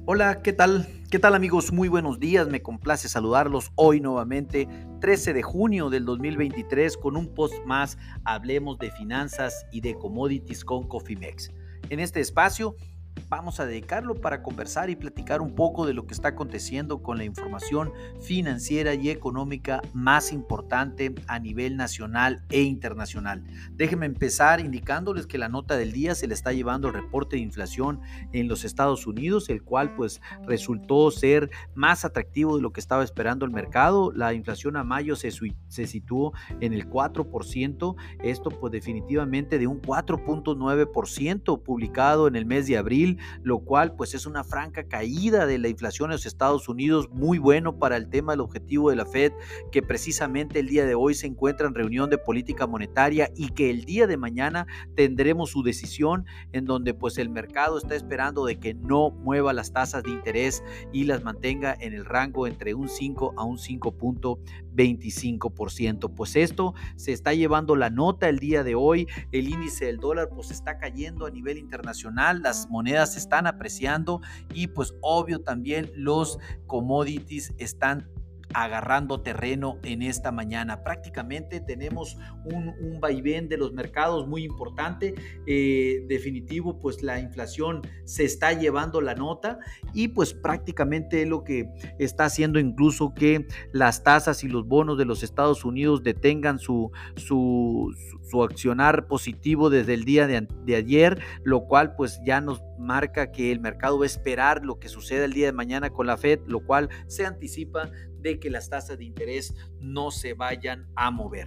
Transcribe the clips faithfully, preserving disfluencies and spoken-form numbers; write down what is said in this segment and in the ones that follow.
Hola, ¿qué tal? ¿Qué tal amigos? Muy buenos días, me complace saludarlos hoy nuevamente, trece de junio del dos mil veintitrés, con un post más, hablemos de finanzas y de commodities con Cofimex. En este espacio vamos a dedicarlo para conversar y platicar un poco de lo que está aconteciendo con la información financiera y económica más importante a nivel nacional e internacional. Déjenme empezar indicándoles que la nota del día se le está llevando el reporte de inflación en los Estados Unidos, el cual pues resultó ser más atractivo de lo que estaba esperando el mercado. La inflación a mayo se, se situó en el cuatro por ciento, esto pues definitivamente de un cuatro punto nueve por ciento publicado en el mes de abril, lo cual pues es una franca caída de la inflación en los Estados Unidos, muy bueno para el tema del objetivo de la Fed, que precisamente el día de hoy se encuentra en reunión de política monetaria y que el día de mañana tendremos su decisión, en donde pues el mercado está esperando de que no mueva las tasas de interés y las mantenga en el rango entre un cinco a un cinco punto veinticinco por ciento. Pues esto se está llevando la nota el día de hoy. El índice del dólar pues está cayendo a nivel internacional, las monedas se están apreciando y pues obvio también los commodities están agarrando terreno en esta mañana. Prácticamente tenemos un, un vaivén de los mercados muy importante. Eh, definitivo, pues la inflación se está llevando la nota y pues prácticamente lo que está haciendo incluso que las tasas y los bonos de los Estados Unidos detengan su, su, su, su accionar positivo desde el día de, de ayer, lo cual pues ya nos marca que el mercado va a esperar lo que suceda el día de mañana con la Fed, lo cual se anticipa de que las tasas de interés no se vayan a mover.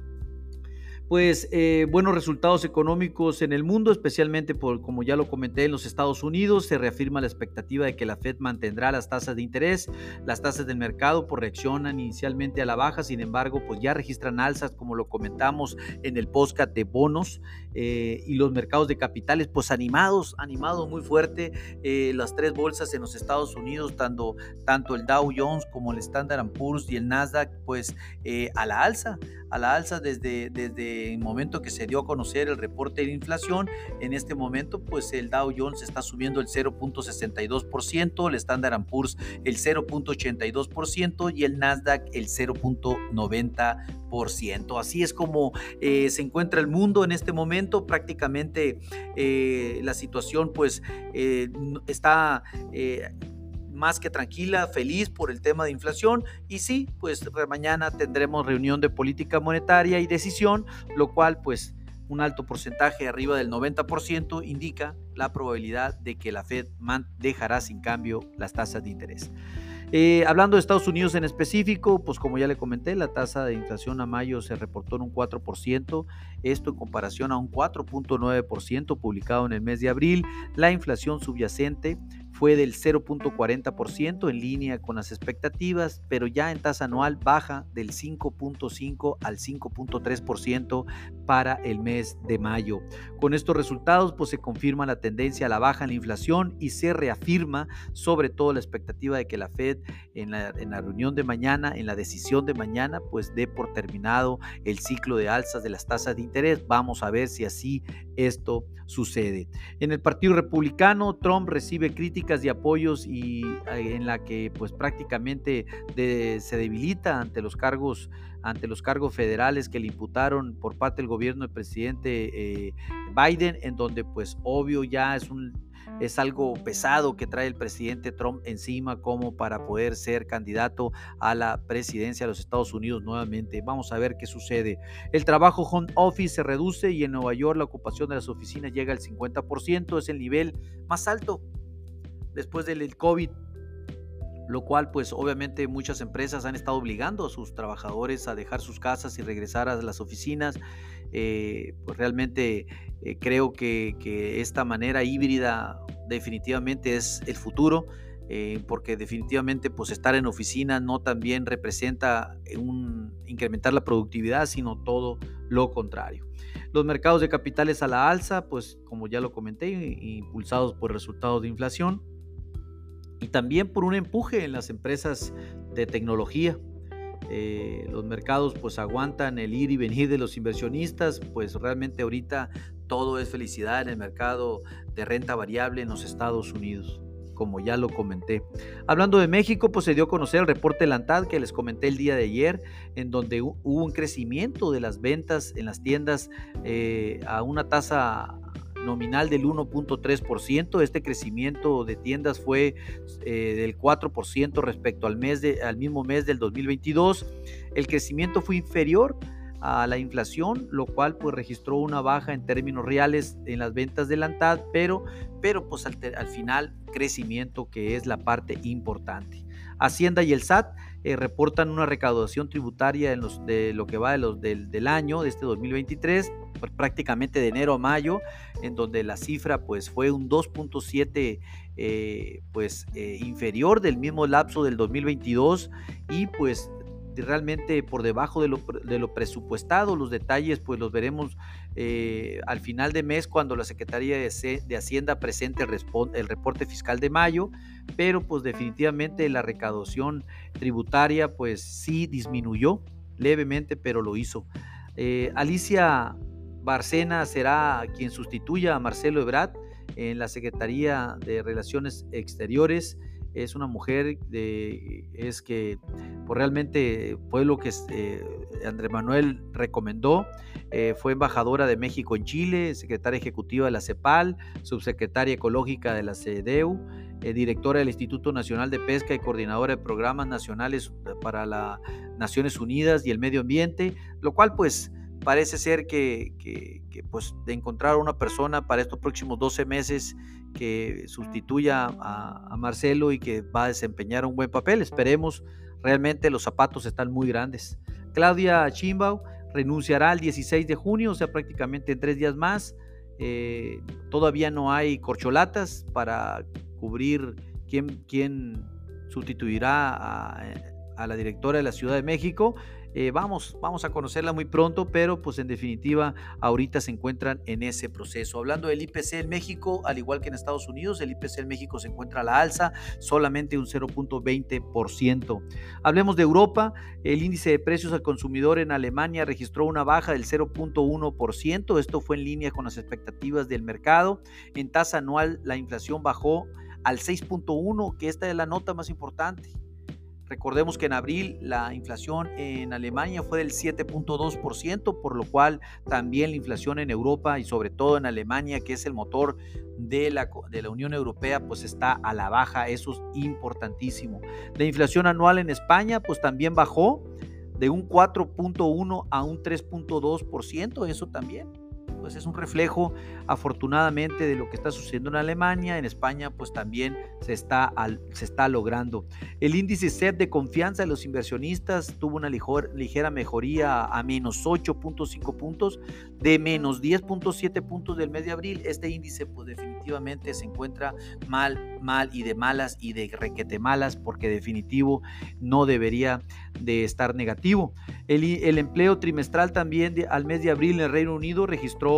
Pues eh, buenos resultados económicos en el mundo, especialmente por, como ya lo comenté, en los Estados Unidos. Se reafirma la expectativa de que la Fed mantendrá las tasas de interés. Las tasas del mercado pues reaccionan inicialmente a la baja, sin embargo pues ya registran alzas, como lo comentamos en el podcast de bonos, eh, y los mercados de capitales pues animados, animados muy fuerte. Eh, las tres bolsas en los Estados Unidos, tanto, tanto el Dow Jones como el Standard and Poor's y el Nasdaq pues eh, a la alza, a la alza desde, desde el momento que se dio a conocer el reporte de la inflación. En este momento pues el Dow Jones está subiendo el cero punto sesenta y dos por ciento, el Standard and Poor's el cero punto ochenta y dos por ciento y el Nasdaq el cero punto noventa por ciento. Así es como eh, se encuentra el mundo en este momento. Prácticamente eh, la situación pues eh, está eh, más que tranquila, feliz por el tema de inflación y sí, pues mañana tendremos reunión de política monetaria y decisión, lo cual pues un alto porcentaje arriba del noventa por ciento indica la probabilidad de que la Fed dejará sin cambio las tasas de interés. Eh, hablando de Estados Unidos en específico, pues como ya le comenté, la tasa de inflación a mayo se reportó en un cuatro por ciento, esto en comparación a un cuatro punto nueve por ciento publicado en el mes de abril. La inflación subyacente fue del cero punto cuarenta por ciento, en línea con las expectativas, pero ya en tasa anual baja del cinco punto cinco al cinco punto tres por ciento para el mes de mayo. Con estos resultados pues se confirma la tendencia a la baja en la inflación y se reafirma sobre todo la expectativa de que la Fed en la, en la reunión de mañana, en la decisión de mañana, pues dé por terminado el ciclo de alzas de las tasas de interés. Vamos a ver si así esto sucede. En el Partido Republicano, Trump recibe críticas y apoyos y eh, en la que pues prácticamente de, se debilita ante los cargos ante los cargos federales que le imputaron por parte del gobierno del presidente eh, Biden, en donde pues obvio ya es un es algo pesado que trae el presidente Trump encima como para poder ser candidato a la presidencia de los Estados Unidos nuevamente. Vamos a ver qué sucede. El trabajo home office se reduce y en Nueva York la ocupación de las oficinas llega al cincuenta por ciento, es el nivel más alto después del COVID, lo cual pues obviamente muchas empresas han estado obligando a sus trabajadores a dejar sus casas y regresar a las oficinas. Eh, pues realmente eh, creo que, que esta manera híbrida definitivamente es el futuro, eh, porque definitivamente pues estar en oficina no también representa un incrementar la productividad, sino todo lo contrario. Los mercados de capitales a la alza, pues como ya lo comenté, impulsados por resultados de inflación y también por un empuje en las empresas de tecnología. Eh, los mercados pues aguantan el ir y venir de los inversionistas, pues realmente ahorita todo es felicidad en el mercado de renta variable en los Estados Unidos. como ya lo comenté. Hablando de México, pues se dio a conocer el reporte de la ANTAD que les comenté el día de ayer, en donde hubo un crecimiento de las ventas en las tiendas eh, a una tasa nominal del uno punto tres por ciento. Este crecimiento de tiendas fue eh, del cuatro por ciento respecto al, mes de, al mismo mes del dos mil veintidós. El crecimiento fue inferior a la inflación, lo cual pues registró una baja en términos reales en las ventas de la ANTAD, pero, pero pues al, al final crecimiento, que es la parte importante. Hacienda y el S A T eh, reportan una recaudación tributaria en los, de lo que va de los, del, del año, de este dos mil veintitrés, pues prácticamente de enero a mayo, en donde la cifra pues fue un dos punto siete eh, pues eh, inferior del mismo lapso del dos mil veintidós, y pues realmente por debajo de lo, de lo presupuestado. Los detalles pues los veremos eh, al final de mes, cuando la Secretaría de, de Hacienda presente el, el reporte fiscal de mayo, pero pues definitivamente la recaudación tributaria pues sí disminuyó levemente, pero lo hizo. Eh, Alicia Bárcena será quien sustituya a Marcelo Ebrard en la Secretaría de Relaciones Exteriores. Es una mujer de, es que pues realmente fue lo que eh, Andrés Manuel recomendó. Eh, fue embajadora de México en Chile, secretaria ejecutiva de la CEPAL, subsecretaria ecológica de la CEDEU, eh, directora del Instituto Nacional de Pesca y coordinadora de programas nacionales para las Naciones Unidas y el medio ambiente, lo cual pues parece ser que, que, que pues de encontrar una persona para estos próximos doce meses que sustituya a, a Marcelo y que va a desempeñar un buen papel. Esperemos, realmente los zapatos están muy grandes. Claudia Sheinbaum renunciará el dieciséis de junio, o sea, prácticamente en tres días más. Eh, todavía no hay corcholatas para cubrir quién, quién sustituirá a, a la directora de la Ciudad de México. Eh, vamos, vamos a conocerla muy pronto, pero pues en definitiva ahorita se encuentran en ese proceso. Hablando del I P C en México, al igual que en Estados Unidos, el I P C en México se encuentra a la alza, solamente un cero punto veinte por ciento. Hablemos de Europa. El índice de precios al consumidor en Alemania registró una baja del cero punto uno por ciento. Esto fue en línea con las expectativas del mercado. En tasa anual, la inflación bajó al seis punto uno por ciento, que esta es la nota más importante. Recordemos que en abril la inflación en Alemania fue del siete punto dos por ciento, por lo cual también la inflación en Europa y sobre todo en Alemania, que es el motor de la, de la Unión Europea, pues está a la baja. Eso es importantísimo. La inflación anual en España pues también bajó de un cuatro punto uno a un tres punto dos por ciento. Eso también pues es un reflejo, afortunadamente, de lo que está sucediendo en Alemania. En España pues también se está, al, se está logrando. El índice C E P de confianza de los inversionistas tuvo una ligera, ligera mejoría a menos ocho punto cinco puntos, de menos diez punto siete puntos del mes de abril. Este índice pues definitivamente se encuentra mal, mal y de malas y de requete malas, porque definitivo no debería de estar negativo. El, el empleo trimestral también de, al mes de abril en el Reino Unido registró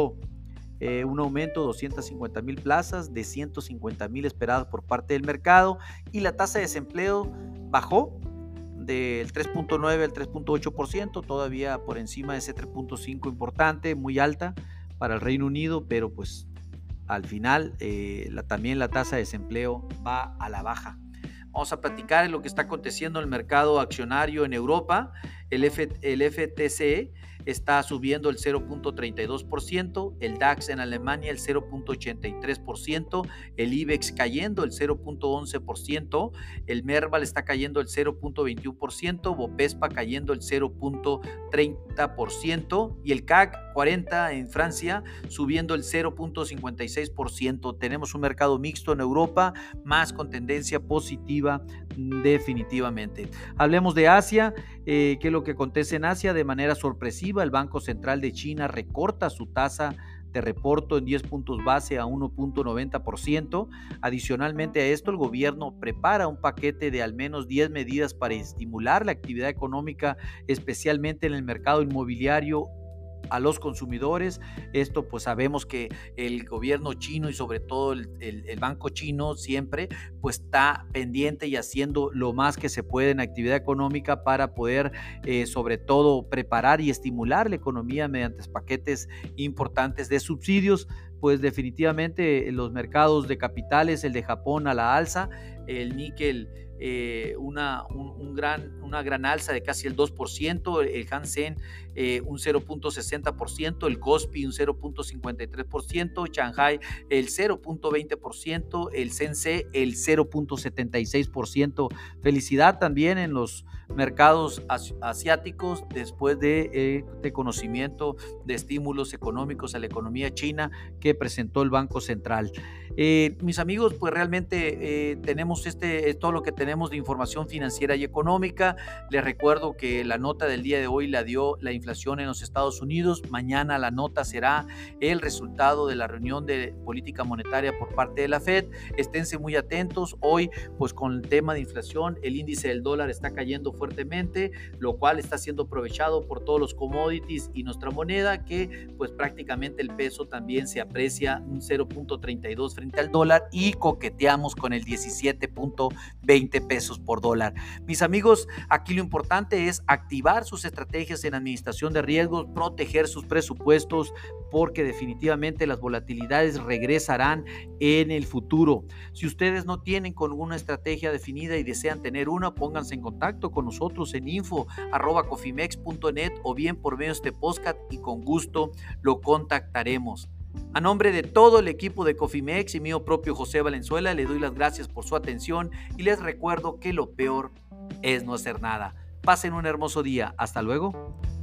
Eh, un aumento de doscientas cincuenta mil plazas, de ciento cincuenta mil esperadas por parte del mercado, y la tasa de desempleo bajó del tres punto nueve al tres punto ocho por ciento, todavía por encima de ese tres punto cinco importante, muy alta para el Reino Unido, pero pues al final eh, la, también la tasa de desempleo va a la baja. Vamos a platicar en lo que está aconteciendo en el mercado accionario en Europa. El, F, el F T S E está subiendo el cero punto treinta y dos por ciento, el DAX en Alemania el cero punto ochenta y tres por ciento, el IBEX cayendo el cero punto once por ciento, el Merval está cayendo el cero punto veintiuno por ciento, Bovespa cayendo el cero punto treinta por ciento y el C A C cuarenta en Francia subiendo el cero punto cincuenta y seis por ciento. Tenemos un mercado mixto en Europa, más con tendencia positiva definitivamente. Hablemos de Asia. Eh, ¿qué es lo que acontece en Asia? De manera sorpresiva, el Banco Central de China recorta su tasa de reporto en diez puntos base a uno punto noventa por ciento. Adicionalmente a esto, el gobierno prepara un paquete de al menos diez medidas para estimular la actividad económica, especialmente en el mercado inmobiliario a los consumidores. Esto pues sabemos que el gobierno chino y sobre todo el, el, el banco chino siempre pues está pendiente y haciendo lo más que se puede en actividad económica para poder eh, sobre todo preparar y estimular la economía mediante paquetes importantes de subsidios. Pues definitivamente los mercados de capitales, el de Japón a la alza, el níquel eh, una, un, un gran, una gran alza de casi el dos por ciento, el Hansen eh, un cero punto sesenta por ciento, el Kospi un cero punto cincuenta y tres por ciento, Shanghai el cero punto veinte por ciento, el Sense el cero punto setenta y seis por ciento. Felicidad también en los mercados asiáticos después de, eh, de conocimiento de estímulos económicos a la economía china que presentó el Banco Central. Eh, mis amigos, pues realmente eh, tenemos este, todo lo que tenemos de información financiera y económica. Les recuerdo que la nota del día de hoy la dio la inflación en los Estados Unidos. Mañana la nota será el resultado de la reunión de política monetaria por parte de la Fed. Esténse muy atentos. Hoy, pues con el tema de inflación, el índice del dólar está cayendo fuertemente, lo cual está siendo aprovechado por todos los commodities y nuestra moneda, que pues prácticamente el peso también se aprecia un cero punto treinta y dos frente al dólar y coqueteamos con el diecisiete punto veinte pesos por dólar. Mis amigos, aquí lo importante es activar sus estrategias en administración de riesgos, proteger sus presupuestos, porque definitivamente las volatilidades regresarán en el futuro. Si ustedes no tienen con una estrategia definida y desean tener una, pónganse en contacto con nosotros en info arroba cofimex punto net o bien por medio de este podcast y con gusto lo contactaremos. A nombre de todo el equipo de Cofimex y mío propio José Valenzuela, le doy las gracias por su atención y les recuerdo que lo peor es no hacer nada. Pasen un hermoso día. Hasta luego.